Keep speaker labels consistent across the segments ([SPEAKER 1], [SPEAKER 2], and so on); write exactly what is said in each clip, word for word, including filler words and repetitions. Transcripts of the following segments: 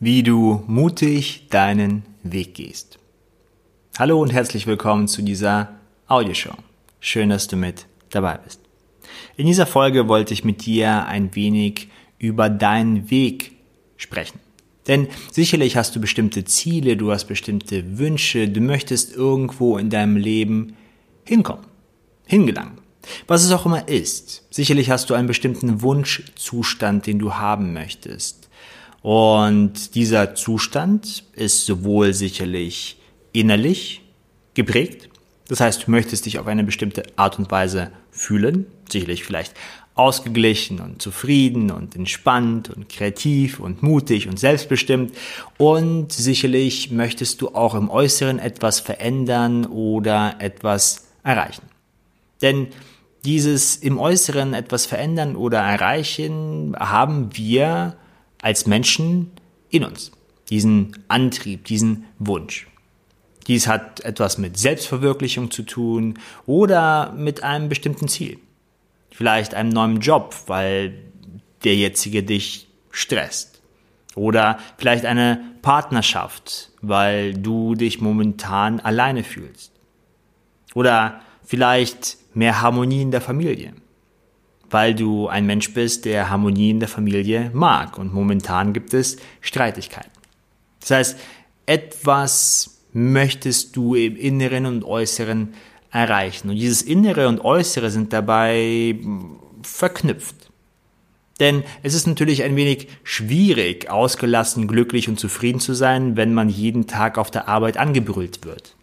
[SPEAKER 1] wie du mutig deinen Weg gehst. Hallo und herzlich willkommen zu dieser Audioshow. Schön, dass du mit dabei bist. In dieser Folge wollte ich mit dir ein wenig über deinen Weg sprechen. Denn sicherlich hast du bestimmte Ziele, du hast bestimmte Wünsche, du möchtest irgendwo in deinem Leben hinkommen, hingelangen. Was es auch immer ist. Sicherlich hast du einen bestimmten Wunschzustand, den du haben möchtest. Und dieser Zustand ist sowohl sicherlich innerlich geprägt, das heißt, du möchtest dich auf eine bestimmte Art und Weise fühlen, sicherlich vielleicht ausgeglichen und zufrieden und entspannt und kreativ und mutig und selbstbestimmt, und sicherlich möchtest du auch im Äußeren etwas verändern oder etwas erreichen. Denn dieses im Äußeren etwas verändern oder erreichen haben wir als Menschen in uns, diesen Antrieb, diesen Wunsch. Dies hat etwas mit Selbstverwirklichung zu tun oder mit einem bestimmten Ziel. Vielleicht einem neuen Job, weil der jetzige dich stresst. Oder vielleicht eine Partnerschaft, weil du dich momentan alleine fühlst. Oder vielleicht mehr Harmonie in der Familie, weil du ein Mensch bist, der Harmonie in der Familie mag und momentan gibt es Streitigkeiten. Das heißt, etwas möchtest du im Inneren und Äußeren erreichen. Und dieses Innere und Äußere sind dabei verknüpft. Denn es ist natürlich ein wenig schwierig, ausgelassen, glücklich und zufrieden zu sein, wenn man jeden Tag auf der Arbeit angebrüllt wird.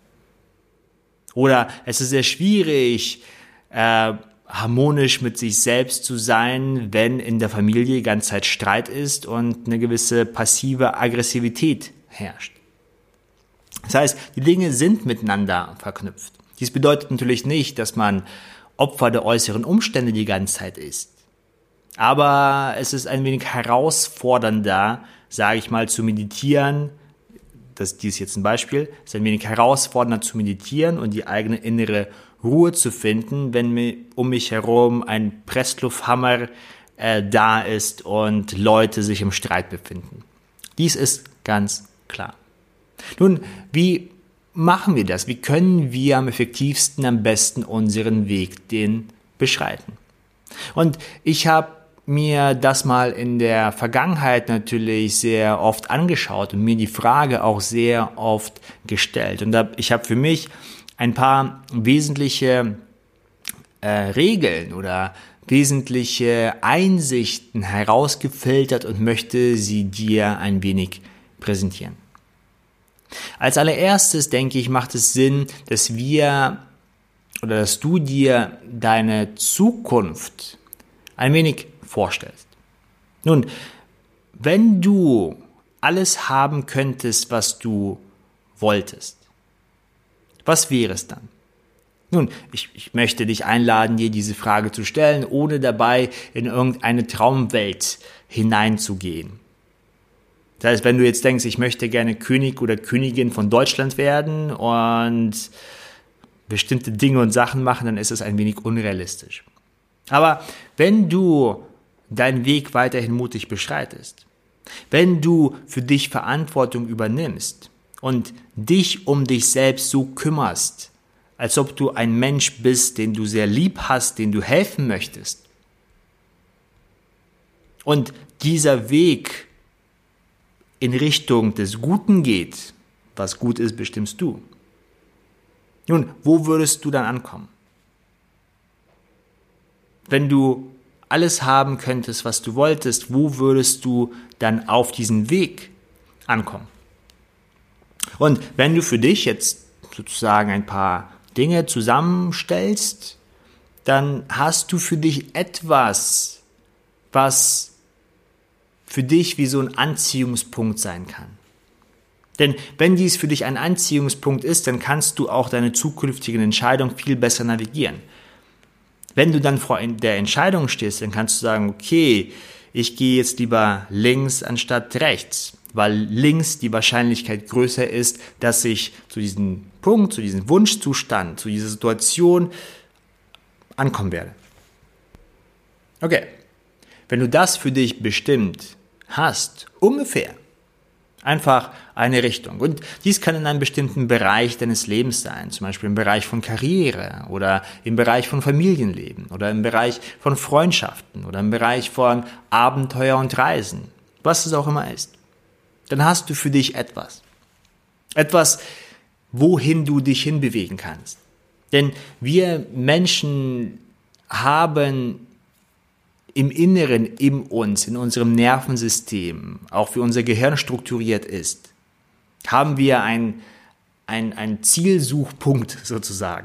[SPEAKER 1] Oder es ist sehr schwierig, äh, harmonisch mit sich selbst zu sein, wenn in der Familie die ganze Zeit Streit ist und eine gewisse passive Aggressivität herrscht. Das heißt, die Dinge sind miteinander verknüpft. Dies bedeutet natürlich nicht, dass man Opfer der äußeren Umstände die ganze Zeit ist. Aber es ist ein wenig herausfordernder, sage ich mal, zu meditieren. Das, dies ist jetzt ein Beispiel. Es ist ein wenig herausfordernder zu meditieren und die eigene innere Ruhe zu finden, wenn mir um mich herum ein Presslufthammer äh, da ist und Leute sich im Streit befinden. Dies ist ganz klar. Nun, wie machen wir das? Wie können wir am effektivsten, am besten unseren Weg den beschreiten? Und ich habe mir das mal in der Vergangenheit natürlich sehr oft angeschaut und mir die Frage auch sehr oft gestellt. Und ich habe für mich ein paar wesentliche äh, Regeln oder wesentliche Einsichten herausgefiltert und möchte sie dir ein wenig präsentieren. Als allererstes, denke ich, macht es Sinn, dass wir oder dass du dir deine Zukunft ein wenig vorstellst. Nun, wenn du alles haben könntest, was du wolltest, was wäre es dann? Nun, ich, ich möchte dich einladen, dir diese Frage zu stellen, ohne dabei in irgendeine Traumwelt hineinzugehen. Das heißt, wenn du jetzt denkst, ich möchte gerne König oder Königin von Deutschland werden und bestimmte Dinge und Sachen machen, dann ist es ein wenig unrealistisch. Aber wenn du deinen Weg weiterhin mutig beschreitest, wenn du für dich Verantwortung übernimmst und dich um dich selbst so kümmerst, als ob du ein Mensch bist, den du sehr lieb hast, den du helfen möchtest, und dieser Weg in Richtung des Guten geht, was gut ist, bestimmst du. Nun, wo würdest du dann ankommen? Wenn du alles haben könntest, was du wolltest, wo würdest du dann auf diesem Weg ankommen? Und wenn du für dich jetzt sozusagen ein paar Dinge zusammenstellst, dann hast du für dich etwas, was für dich wie so ein Anziehungspunkt sein kann. Denn wenn dies für dich ein Anziehungspunkt ist, dann kannst du auch deine zukünftigen Entscheidungen viel besser navigieren. Wenn du dann vor der Entscheidung stehst, dann kannst du sagen, okay, ich gehe jetzt lieber links anstatt rechts, weil links die Wahrscheinlichkeit größer ist, dass ich zu diesem Punkt, zu diesem Wunschzustand, zu dieser Situation ankommen werde. Okay, wenn du das für dich bestimmt hast, ungefähr, Einfach eine Richtung. Und dies kann in einem bestimmten Bereich deines Lebens sein, zum Beispiel im Bereich von Karriere oder im Bereich von Familienleben oder im Bereich von Freundschaften oder im Bereich von Abenteuer und Reisen, was es auch immer ist. Dann hast du für dich etwas. Etwas, wohin du dich hinbewegen kannst. Denn wir Menschen haben im Inneren, in uns, in unserem Nervensystem, auch wie unser Gehirn strukturiert ist, haben wir ein, ein, ein Zielsuchpunkt sozusagen.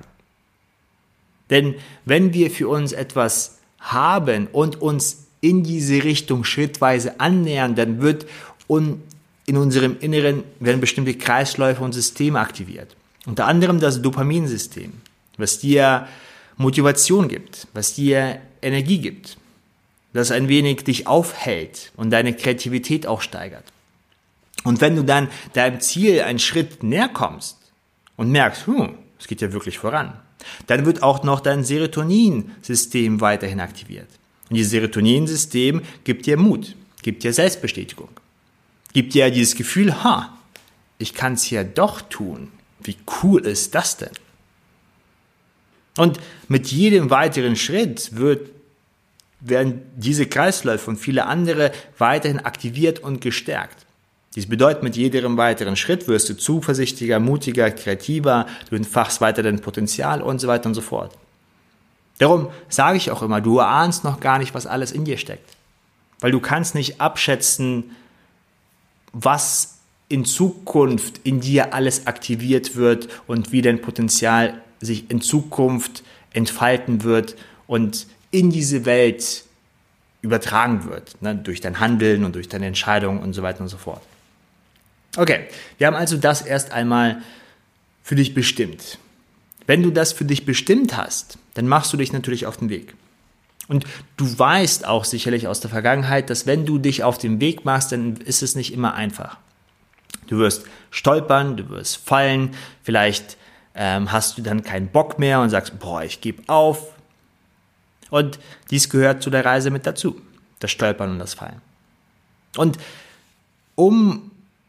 [SPEAKER 1] Denn wenn wir für uns etwas haben und uns in diese Richtung schrittweise annähern, dann wird un, in unserem Inneren werden bestimmte Kreisläufe und Systeme aktiviert. Unter anderem das Dopaminsystem, was dir Motivation gibt, was dir Energie gibt, das ein wenig dich aufhält und deine Kreativität auch steigert. Und wenn du dann deinem Ziel einen Schritt näher kommst und merkst, hm, es geht ja wirklich voran, dann wird auch noch dein Serotoninsystem weiterhin aktiviert. Und dieses Serotoninsystem gibt dir Mut, gibt dir Selbstbestätigung, gibt dir dieses Gefühl, ha, ich kann es ja doch tun. Wie cool ist das denn? Und mit jedem weiteren Schritt wird werden diese Kreisläufe und viele andere weiterhin aktiviert und gestärkt. Dies bedeutet, mit jedem weiteren Schritt wirst du zuversichtlicher, mutiger, kreativer, du entfachst weiter dein Potenzial und so weiter und so fort. Darum sage ich auch immer, du ahnst noch gar nicht, was alles in dir steckt. Weil du kannst nicht abschätzen, was in Zukunft in dir alles aktiviert wird und wie dein Potenzial sich in Zukunft entfalten wird und in diese Welt übertragen wird, ne, durch dein Handeln und durch deine Entscheidungen und so weiter und so fort. Okay, wir haben also das erst einmal für dich bestimmt. Wenn du das für dich bestimmt hast, dann machst du dich natürlich auf den Weg. Und du weißt auch sicherlich aus der Vergangenheit, dass wenn du dich auf den Weg machst, dann ist es nicht immer einfach. Du wirst stolpern, du wirst fallen, vielleicht ähm, hast du dann keinen Bock mehr und sagst, boah, ich gebe auf. Und dies gehört zu der Reise mit dazu, das Stolpern und das Fallen. Und um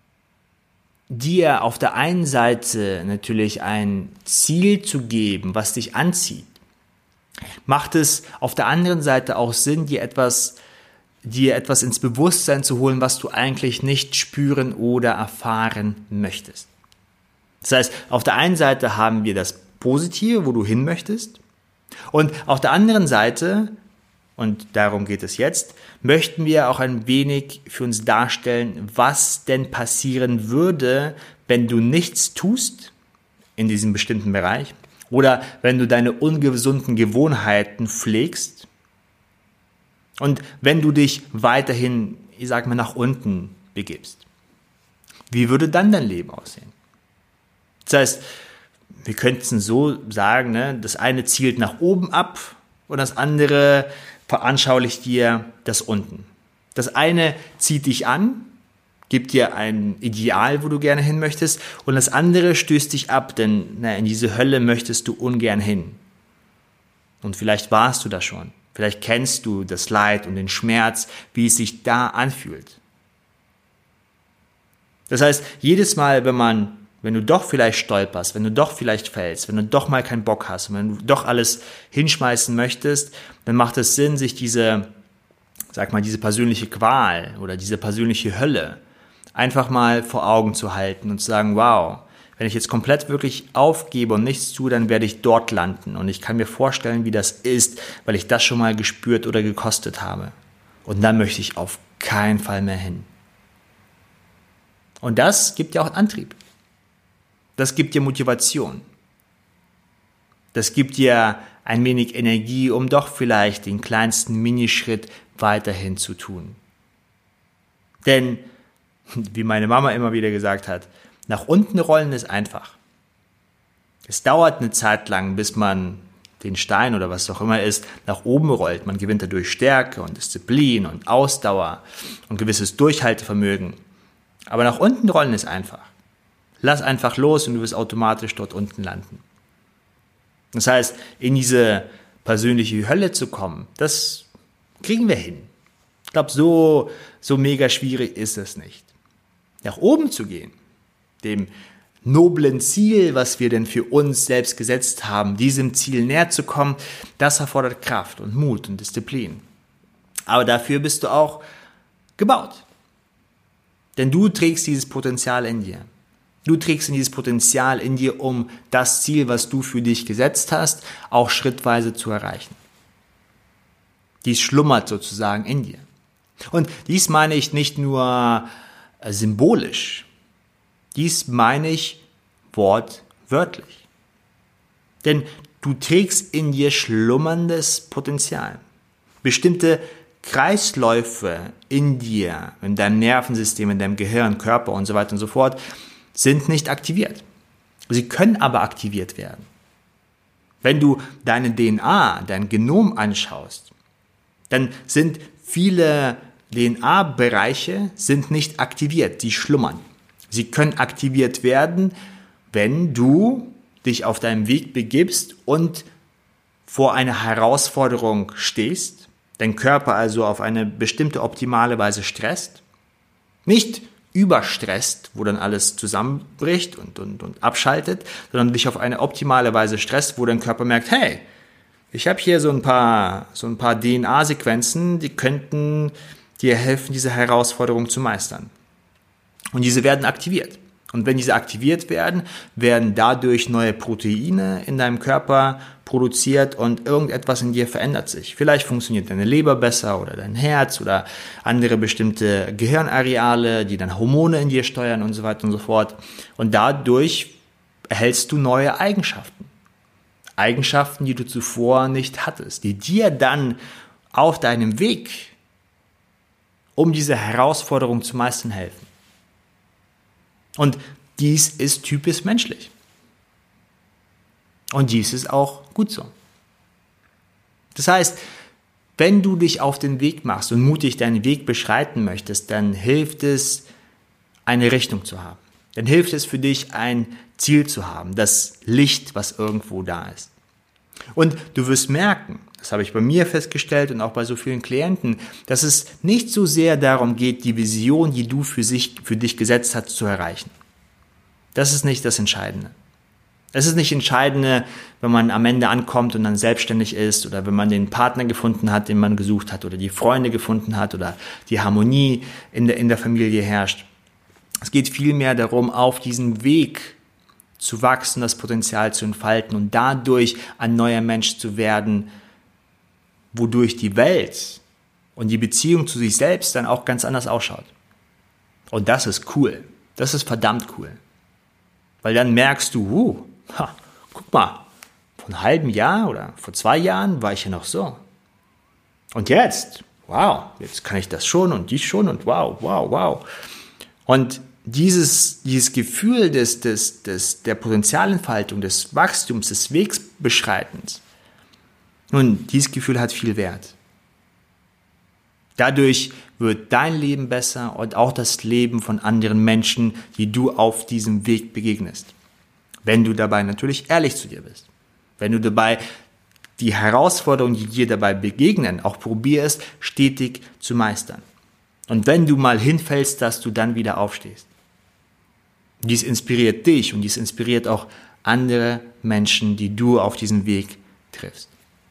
[SPEAKER 1] dir auf der einen Seite natürlich ein Ziel zu geben, was dich anzieht, macht es auf der anderen Seite auch Sinn, dir etwas, dir etwas ins Bewusstsein zu holen, was du eigentlich nicht spüren oder erfahren möchtest. Das heißt, auf der einen Seite haben wir das Positive, wo du hin möchtest, und auf der anderen Seite, und darum geht es jetzt, möchten wir auch ein wenig für uns darstellen, was denn passieren würde, wenn du nichts tust in diesem bestimmten Bereich oder wenn du deine ungesunden Gewohnheiten pflegst und wenn du dich weiterhin, ich sag mal, nach unten begibst. Wie würde dann dein Leben aussehen? Das heißt, wir könnten so sagen, ne, das eine zielt nach oben ab und das andere veranschaulicht dir das unten. Das eine zieht dich an, gibt dir ein Ideal, wo du gerne hin möchtest, und das andere stößt dich ab, denn na, in diese Hölle möchtest du ungern hin. Und vielleicht warst du da schon. Vielleicht kennst du das Leid und den Schmerz, wie es sich da anfühlt. Das heißt, jedes Mal, wenn man Wenn du doch vielleicht stolperst, wenn du doch vielleicht fällst, wenn du doch mal keinen Bock hast und wenn du doch alles hinschmeißen möchtest, dann macht es Sinn, sich diese, sag mal, diese persönliche Qual oder diese persönliche Hölle einfach mal vor Augen zu halten und zu sagen, wow, wenn ich jetzt komplett wirklich aufgebe und nichts tue, dann werde ich dort landen. Und ich kann mir vorstellen, wie das ist, weil ich das schon mal gespürt oder gekostet habe. Und dann möchte ich auf keinen Fall mehr hin. Und das gibt dir auch Antrieb. Das gibt dir Motivation. Das gibt dir ein wenig Energie, um doch vielleicht den kleinsten Minischritt weiterhin zu tun. Denn, wie meine Mama immer wieder gesagt hat, nach unten rollen ist einfach. Es dauert eine Zeit lang, bis man den Stein oder was auch immer ist, nach oben rollt. Man gewinnt dadurch Stärke und Disziplin und Ausdauer und gewisses Durchhaltevermögen. Aber nach unten rollen ist einfach. Lass einfach los und du wirst automatisch dort unten landen. Das heißt, in diese persönliche Hölle zu kommen, das kriegen wir hin. Ich glaube, so, so mega schwierig ist es nicht. nach oben zu gehen, dem noblen Ziel, was wir denn für uns selbst gesetzt haben, diesem Ziel näher zu kommen, das erfordert Kraft und Mut und Disziplin. Aber dafür bist du auch gebaut. Denn du trägst dieses Potenzial in dir. Du trägst dieses Potenzial in dir, um das Ziel, was du für dich gesetzt hast, auch schrittweise zu erreichen. Dies schlummert sozusagen in dir. Und dies meine ich nicht nur symbolisch. Dies meine ich wortwörtlich. Denn du trägst in dir schlummerndes Potenzial. Bestimmte Kreisläufe in dir, in deinem Nervensystem, in deinem Gehirn, Körper und so weiter und so fort, sind nicht aktiviert. Sie können aber aktiviert werden. Wenn du deine D N A, dein Genom anschaust, dann sind viele D N A-Bereiche sind nicht aktiviert, sie schlummern. Sie können aktiviert werden, wenn du dich auf deinem Weg begibst und vor einer Herausforderung stehst, dein Körper also auf eine bestimmte optimale Weise stresst, nicht überstresst, wo dann alles zusammenbricht und, und, und abschaltet, sondern dich auf eine optimale Weise stresst, wo dein Körper merkt, hey, ich habe hier so ein paar, so ein paar D N A-Sequenzen, die könnten dir helfen, diese Herausforderung zu meistern. Und diese werden aktiviert. Und wenn diese aktiviert werden, werden dadurch neue Proteine in deinem Körper produziert und irgendetwas in dir verändert sich. Vielleicht funktioniert deine Leber besser oder dein Herz oder andere bestimmte Gehirnareale, die dann Hormone in dir steuern und so weiter und so fort. Und dadurch erhältst du neue Eigenschaften. Eigenschaften, die du zuvor nicht hattest, die dir dann auf deinem Weg, um diese Herausforderung zu meistern, helfen. Und dies ist typisch menschlich. Und dies ist auch gut so. Das heißt, wenn du dich auf den Weg machst und mutig deinen Weg beschreiten möchtest, dann hilft es, eine Richtung zu haben. Dann hilft es für dich, ein Ziel zu haben, das Licht, was irgendwo da ist. Und du wirst merken, das habe ich bei mir festgestellt und auch bei so vielen Klienten, dass es nicht so sehr darum geht, die Vision, die du für, sich, für dich gesetzt hast, zu erreichen. Das ist nicht das Entscheidende. Es ist nicht Entscheidende, wenn man am Ende ankommt und dann selbstständig ist oder wenn man den Partner gefunden hat, den man gesucht hat oder die Freunde gefunden hat oder die Harmonie in der, in der Familie herrscht. Es geht vielmehr darum, auf diesem Weg zu wachsen, das Potenzial zu entfalten und dadurch ein neuer Mensch zu werden, wodurch die Welt und die Beziehung zu sich selbst dann auch ganz anders ausschaut. Und das ist cool. Das ist verdammt cool. Weil dann merkst du, uh, ha, guck mal, vor einem halben Jahr oder vor zwei Jahren war ich ja noch so. Und jetzt, wow, jetzt kann ich das schon und dies schon und wow, wow, wow. Und dieses, dieses Gefühl des, des, des, der Potenzialentfaltung, des Wachstums, des Wegsbeschreitens, nun, dieses Gefühl hat viel Wert. Dadurch wird dein Leben besser und auch das Leben von anderen Menschen, die du auf diesem Weg begegnest. Wenn du dabei natürlich ehrlich zu dir bist. Wenn du dabei die Herausforderungen, die dir dabei begegnen, auch probierst, stetig zu meistern. Und wenn du mal hinfällst, dass du dann wieder aufstehst. Dies inspiriert dich und dies inspiriert auch andere Menschen, die du auf diesem Weg triffst.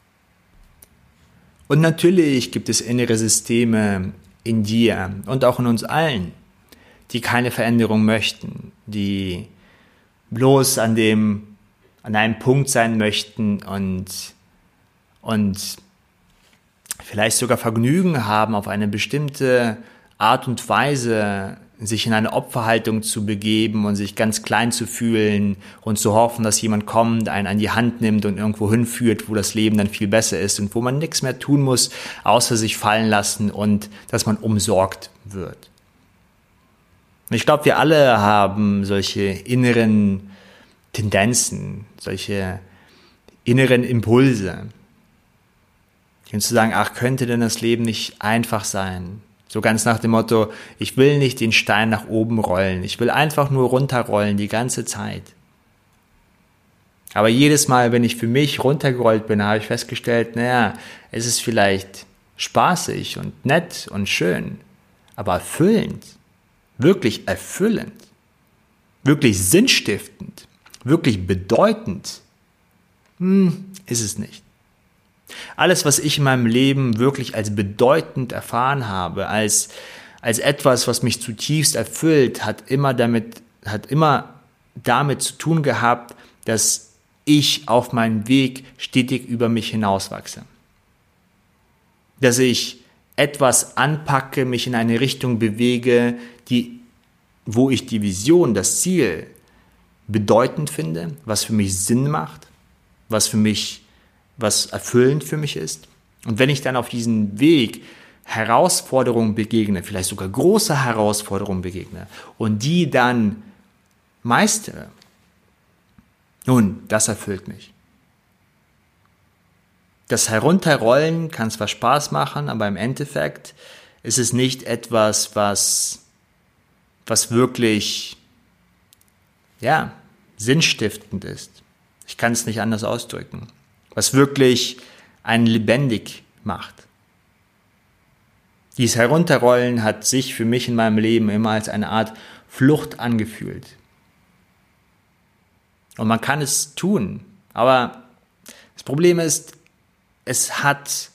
[SPEAKER 1] Und natürlich gibt es innere Systeme in dir und auch in uns allen, die keine Veränderung möchten, die bloß an dem, an einem Punkt sein möchten und, und vielleicht sogar Vergnügen haben, auf eine bestimmte Art und Weise sich in eine Opferhaltung zu begeben und sich ganz klein zu fühlen und zu hoffen, dass jemand kommt, einen an die Hand nimmt und irgendwo hinführt, wo das Leben dann viel besser ist und wo man nichts mehr tun muss, außer sich fallen lassen und dass man umsorgt wird. Ich glaube, wir alle haben solche inneren Tendenzen, solche inneren Impulse, die uns zu sagen, ach, könnte denn das Leben nicht einfach sein? So ganz nach dem Motto, ich will nicht den Stein nach oben rollen, ich will einfach nur runterrollen die ganze Zeit. Aber jedes Mal, wenn ich für mich runtergerollt bin, habe ich festgestellt, naja, es ist vielleicht spaßig und nett und schön, aber erfüllend wirklich erfüllend, wirklich sinnstiftend, wirklich bedeutend, hm, ist es nicht. Alles, was ich in meinem Leben wirklich als bedeutend erfahren habe, als, als etwas, was mich zutiefst erfüllt, hat immer damit, hat immer damit zu tun gehabt, dass ich auf meinem Weg stetig über mich hinauswachse. Dass ich etwas anpacke, mich in eine Richtung bewege, die, wo ich die Vision, das Ziel bedeutend finde, was für mich Sinn macht, was für mich, was erfüllend für mich ist. Und wenn ich dann auf diesem Weg Herausforderungen begegne, vielleicht sogar große Herausforderungen begegne und die dann meistere, nun, das erfüllt mich. Das Herunterrollen kann zwar Spaß machen, aber im Endeffekt ist es nicht etwas, was, was wirklich, ja, sinnstiftend ist. Ich kann es nicht anders ausdrücken. Was wirklich einen lebendig macht. Dieses Herunterrollen hat sich für mich in meinem Leben immer als eine Art Flucht angefühlt. Und man kann es tun, aber das Problem ist, es hat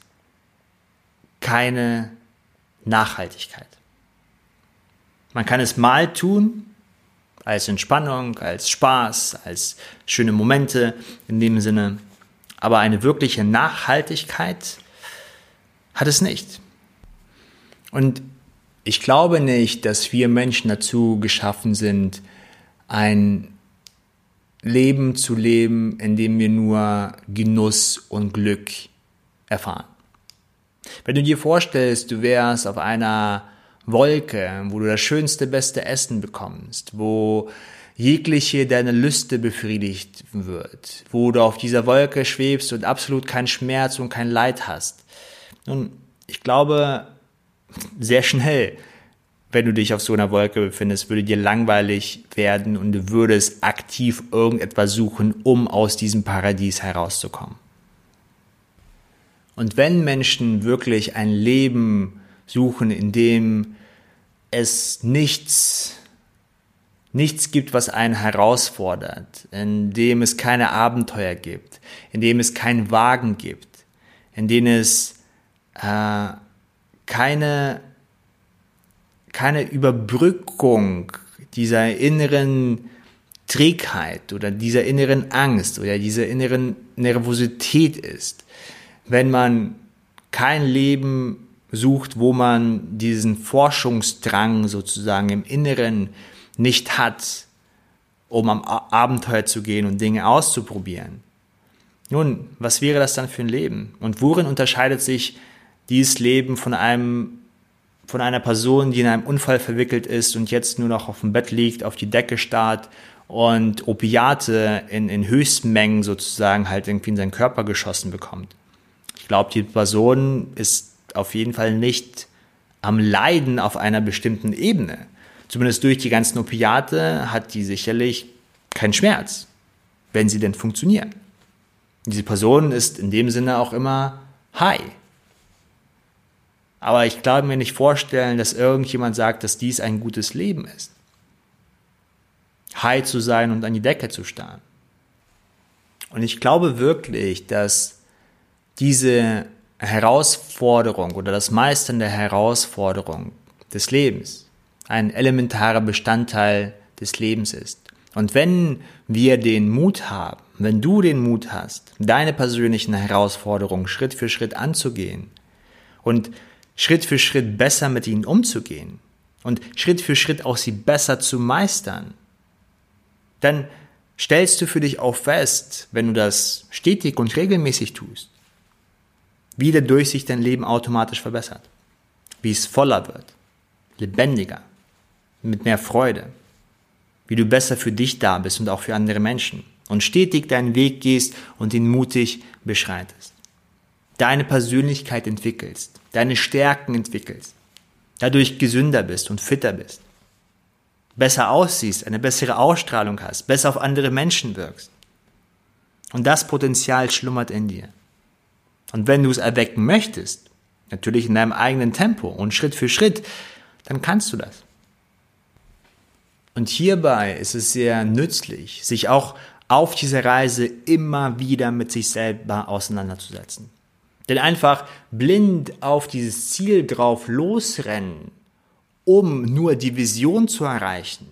[SPEAKER 1] keine Nachhaltigkeit. Man kann es mal tun, als Entspannung, als Spaß, als schöne Momente in dem Sinne, aber eine wirkliche Nachhaltigkeit hat es nicht. Und ich glaube nicht, dass wir Menschen dazu geschaffen sind, ein Leben zu leben, in dem wir nur Genuss und Glück erfahren. Wenn du dir vorstellst, du wärst auf einer Wolke, wo du das schönste, beste Essen bekommst, wo jegliche deine Lüste befriedigt wird, wo du auf dieser Wolke schwebst und absolut keinen Schmerz und kein Leid hast. Nun, ich glaube, sehr schnell, wenn du dich auf so einer Wolke befindest, würde dir langweilig werden und du würdest aktiv irgendetwas suchen, um aus diesem Paradies herauszukommen. Und wenn Menschen wirklich ein Leben suchen, in dem es nichts, nichts gibt, was einen herausfordert, in dem es keine Abenteuer gibt, in dem es keinen Wagen gibt, in dem es äh, keine, keine Überbrückung dieser inneren Trägheit oder dieser inneren Angst oder dieser inneren Nervosität ist, wenn man kein Leben sucht, wo man diesen Forschungsdrang sozusagen im Inneren nicht hat, um am Abenteuer zu gehen und Dinge auszuprobieren. Nun, was wäre das dann für ein Leben? Und worin unterscheidet sich dieses Leben von einem, von einer Person, die in einem Unfall verwickelt ist und jetzt nur noch auf dem Bett liegt, auf die Decke starrt und Opiate in, in Höchstmengen sozusagen halt irgendwie in seinen Körper geschossen bekommt? Ich glaube, die Person ist auf jeden Fall nicht am Leiden auf einer bestimmten Ebene. Zumindest durch die ganzen Opiate hat die sicherlich keinen Schmerz, wenn sie denn funktionieren. Diese Person ist in dem Sinne auch immer high. Aber ich kann mir nicht vorstellen, dass irgendjemand sagt, dass dies ein gutes Leben ist. High zu sein und an die Decke zu starren. Und ich glaube wirklich, dass diese Herausforderung oder das Meistern der Herausforderung des Lebens ein elementarer Bestandteil des Lebens ist. Und wenn wir den Mut haben, wenn du den Mut hast, deine persönlichen Herausforderungen Schritt für Schritt anzugehen und Schritt für Schritt besser mit ihnen umzugehen und Schritt für Schritt auch sie besser zu meistern, dann stellst du für dich auch fest, wenn du das stetig und regelmäßig tust, wie dadurch sich dein Leben automatisch verbessert, wie es voller wird, lebendiger, mit mehr Freude, wie du besser für dich da bist und auch für andere Menschen und stetig deinen Weg gehst und ihn mutig beschreitest. Deine Persönlichkeit entwickelst, deine Stärken entwickelst, dadurch gesünder bist und fitter bist, besser aussiehst, eine bessere Ausstrahlung hast, besser auf andere Menschen wirkst. Und das Potenzial schlummert in dir. Und wenn du es erwecken möchtest, natürlich in deinem eigenen Tempo und Schritt für Schritt, dann kannst du das. Und hierbei ist es sehr nützlich, sich auch auf dieser Reise immer wieder mit sich selber auseinanderzusetzen. Denn einfach blind auf dieses Ziel drauf losrennen, um nur die Vision zu erreichen,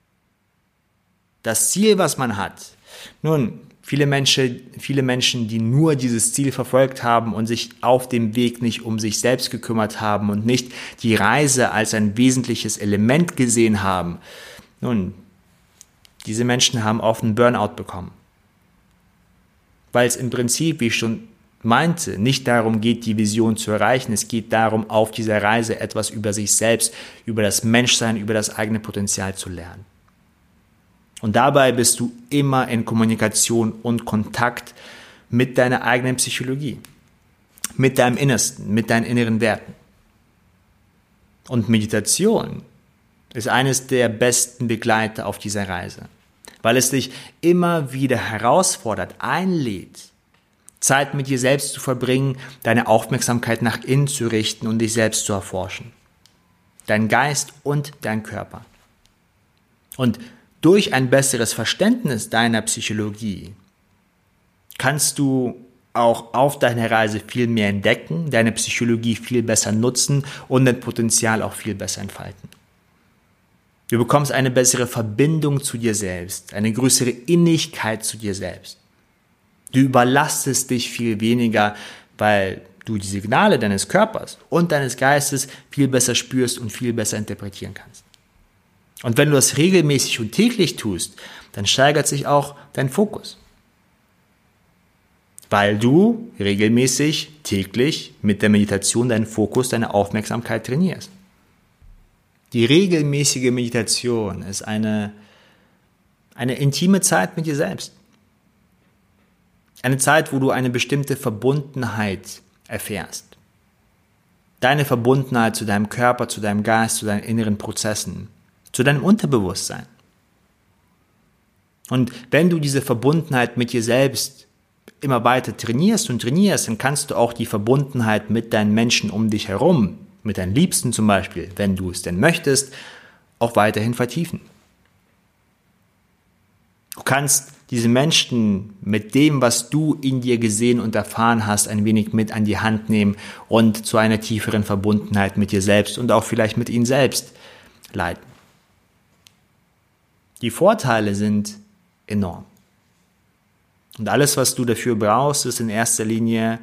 [SPEAKER 1] das Ziel, was man hat. Nun, viele Menschen, viele Menschen, die nur dieses Ziel verfolgt haben und sich auf dem Weg nicht um sich selbst gekümmert haben und nicht die Reise als ein wesentliches Element gesehen haben, nun, diese Menschen haben oft einen Burnout bekommen. Weil es im Prinzip, wie ich schon meinte, nicht darum geht, die Vision zu erreichen. Es geht darum, auf dieser Reise etwas über sich selbst, über das Menschsein, über das eigene Potenzial zu lernen. Und dabei bist du immer in Kommunikation und Kontakt mit deiner eigenen Psychologie, mit deinem Innersten, mit deinen inneren Werten. Und Meditation ist eines der besten Begleiter auf dieser Reise, weil es dich immer wieder herausfordert, einlädt, Zeit mit dir selbst zu verbringen, deine Aufmerksamkeit nach innen zu richten und dich selbst zu erforschen. Dein Geist und dein Körper. Und durch ein besseres Verständnis deiner Psychologie kannst du auch auf deiner Reise viel mehr entdecken, deine Psychologie viel besser nutzen und dein Potenzial auch viel besser entfalten. Du bekommst eine bessere Verbindung zu dir selbst, eine größere Innigkeit zu dir selbst. Du überlastest dich viel weniger, weil du die Signale deines Körpers und deines Geistes viel besser spürst und viel besser interpretieren kannst. Und wenn du das regelmäßig und täglich tust, dann steigert sich auch dein Fokus. Weil du regelmäßig, täglich mit der Meditation deinen Fokus, deine Aufmerksamkeit trainierst. Die regelmäßige Meditation ist eine, eine intime Zeit mit dir selbst. Eine Zeit, wo du eine bestimmte Verbundenheit erfährst. Deine Verbundenheit zu deinem Körper, zu deinem Geist, zu deinen inneren Prozessen, zu deinem Unterbewusstsein. Und wenn du diese Verbundenheit mit dir selbst immer weiter trainierst und trainierst, dann kannst du auch die Verbundenheit mit deinen Menschen um dich herum, mit deinen Liebsten zum Beispiel, wenn du es denn möchtest, auch weiterhin vertiefen. Du kannst diese Menschen mit dem, was du in dir gesehen und erfahren hast, ein wenig mit an die Hand nehmen und zu einer tieferen Verbundenheit mit dir selbst und auch vielleicht mit ihnen selbst leiten. Die Vorteile sind enorm. Und alles, was du dafür brauchst, ist in erster Linie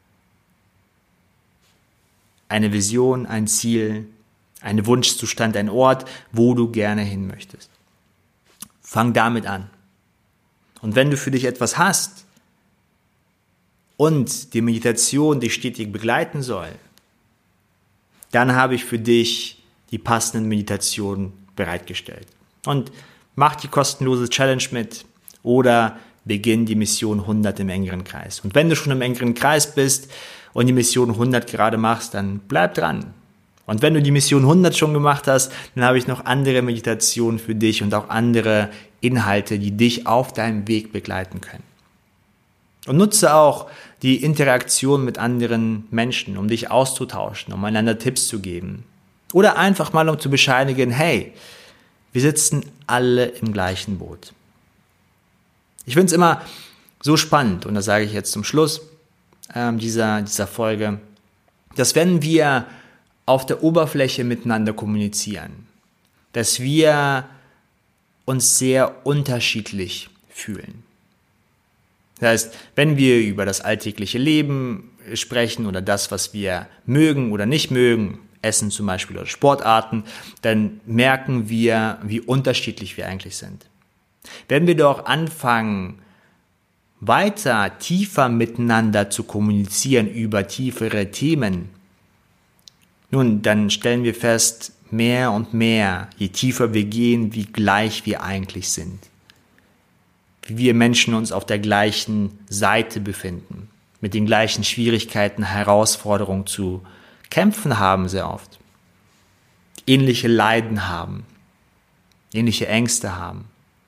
[SPEAKER 1] eine Vision, ein Ziel, ein Wunschzustand, ein Ort, wo du gerne hin möchtest. Fang damit an. Und wenn du für dich etwas hast und die Meditation dich stetig begleiten soll, dann habe ich für dich die passenden Meditationen bereitgestellt. Und mach die kostenlose Challenge mit oder beginn die Mission hundert im engeren Kreis. Und wenn du schon im engeren Kreis bist und die Mission hundert gerade machst, dann bleib dran. Und wenn du die Mission hundert schon gemacht hast, dann habe ich noch andere Meditationen für dich und auch andere Inhalte, die dich auf deinem Weg begleiten können. Und nutze auch die Interaktion mit anderen Menschen, um dich auszutauschen, um einander Tipps zu geben. Oder einfach mal, um zu bescheinigen, hey, wir sitzen alle im gleichen Boot. Ich finde es immer so spannend, und das sage ich jetzt zum Schluss äh, dieser, dieser Folge, dass wenn wir auf der Oberfläche miteinander kommunizieren, dass wir uns sehr unterschiedlich fühlen. Das heißt, wenn wir über das alltägliche Leben sprechen oder das, was wir mögen oder nicht mögen, Essen zum Beispiel oder Sportarten, dann merken wir, wie unterschiedlich wir eigentlich sind. Wenn wir doch anfangen, weiter, tiefer miteinander zu kommunizieren über tiefere Themen, nun, dann stellen wir fest, mehr und mehr, je tiefer wir gehen, wie gleich wir eigentlich sind. Wie wir Menschen uns auf der gleichen Seite befinden, mit den gleichen Schwierigkeiten, Herausforderungen zu kämpfen haben sehr oft. Ähnliche Leiden haben, ähnliche Ängste haben.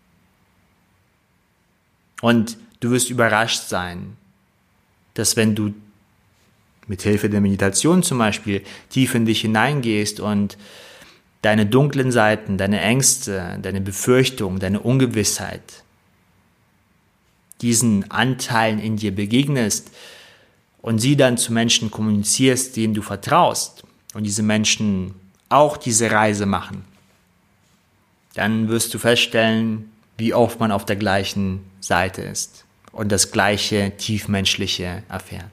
[SPEAKER 1] Und du wirst überrascht sein, dass wenn du mit Hilfe der Meditation zum Beispiel tief in dich hineingehst und deine dunklen Seiten, deine Ängste, deine Befürchtungen, deine Ungewissheit, diesen Anteilen in dir begegnest und sie dann zu Menschen kommunizierst, denen du vertraust und diese Menschen auch diese Reise machen, dann wirst du feststellen, wie oft man auf der gleichen Seite ist und das gleiche Tiefmenschliche erfährt.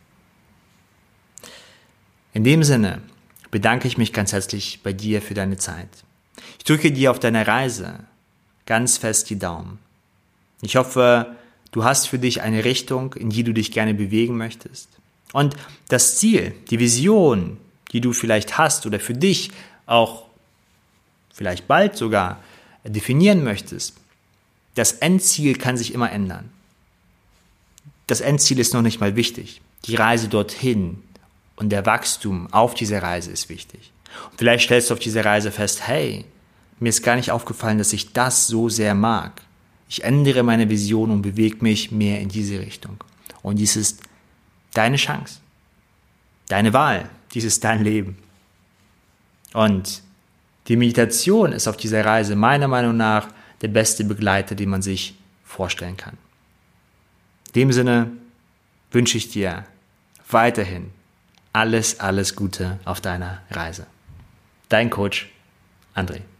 [SPEAKER 1] In dem Sinne bedanke ich mich ganz herzlich bei dir für deine Zeit. Ich drücke dir auf deiner Reise ganz fest die Daumen. Ich hoffe, du hast für dich eine Richtung, in die du dich gerne bewegen möchtest. Und das Ziel, die Vision, die du vielleicht hast oder für dich auch vielleicht bald sogar definieren möchtest, das Endziel kann sich immer ändern. Das Endziel ist noch nicht mal wichtig. Die Reise dorthin und der Wachstum auf dieser Reise ist wichtig. Und vielleicht stellst du auf dieser Reise fest, hey, mir ist gar nicht aufgefallen, dass ich das so sehr mag. Ich ändere meine Vision und bewege mich mehr in diese Richtung. Und dies ist deine Chance, deine Wahl, dies ist dein Leben. Und die Meditation ist auf dieser Reise meiner Meinung nach der beste Begleiter, den man sich vorstellen kann. In dem Sinne wünsche ich dir weiterhin alles, alles Gute auf deiner Reise. Dein Coach, André.